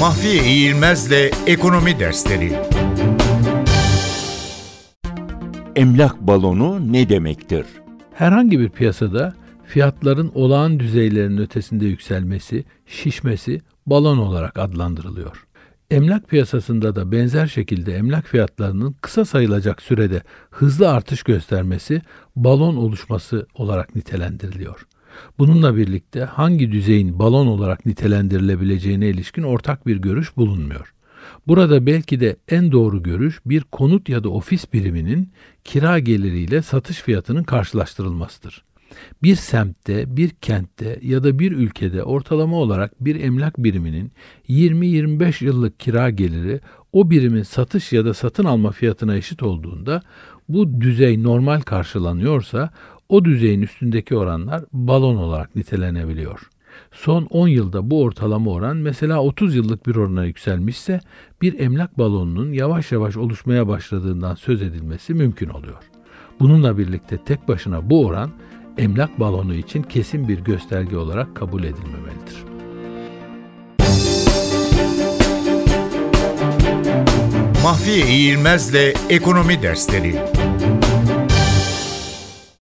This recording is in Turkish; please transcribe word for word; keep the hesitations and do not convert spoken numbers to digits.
Mahfiye İğilmez'le Ekonomi Dersleri. Emlak balonu ne demektir? Herhangi bir piyasada fiyatların olağan düzeylerin ötesinde yükselmesi, şişmesi balon olarak adlandırılıyor. Emlak piyasasında da benzer şekilde emlak fiyatlarının kısa sayılacak sürede hızlı artış göstermesi balon oluşması olarak nitelendiriliyor. Bununla birlikte hangi düzeyin balon olarak nitelendirilebileceğine ilişkin ortak bir görüş bulunmuyor. Burada belki de en doğru görüş bir konut ya da ofis biriminin kira geliriyle satış fiyatının karşılaştırılmasıdır. Bir semtte, bir kentte ya da bir ülkede ortalama olarak bir emlak biriminin yirmi yirmi beş yıllık kira geliri o birimin satış ya da satın alma fiyatına eşit olduğunda bu düzey normal karşılanıyorsa o düzeyin üstündeki oranlar balon olarak nitelenebiliyor. Son on yılda bu ortalama oran mesela otuz yıllık bir orana yükselmişse bir emlak balonunun yavaş yavaş oluşmaya başladığından söz edilmesi mümkün oluyor. Bununla birlikte tek başına bu oran emlak balonu için kesin bir gösterge olarak kabul edilmemelidir. Mahfiye İğilmez'le Ekonomi Dersleri.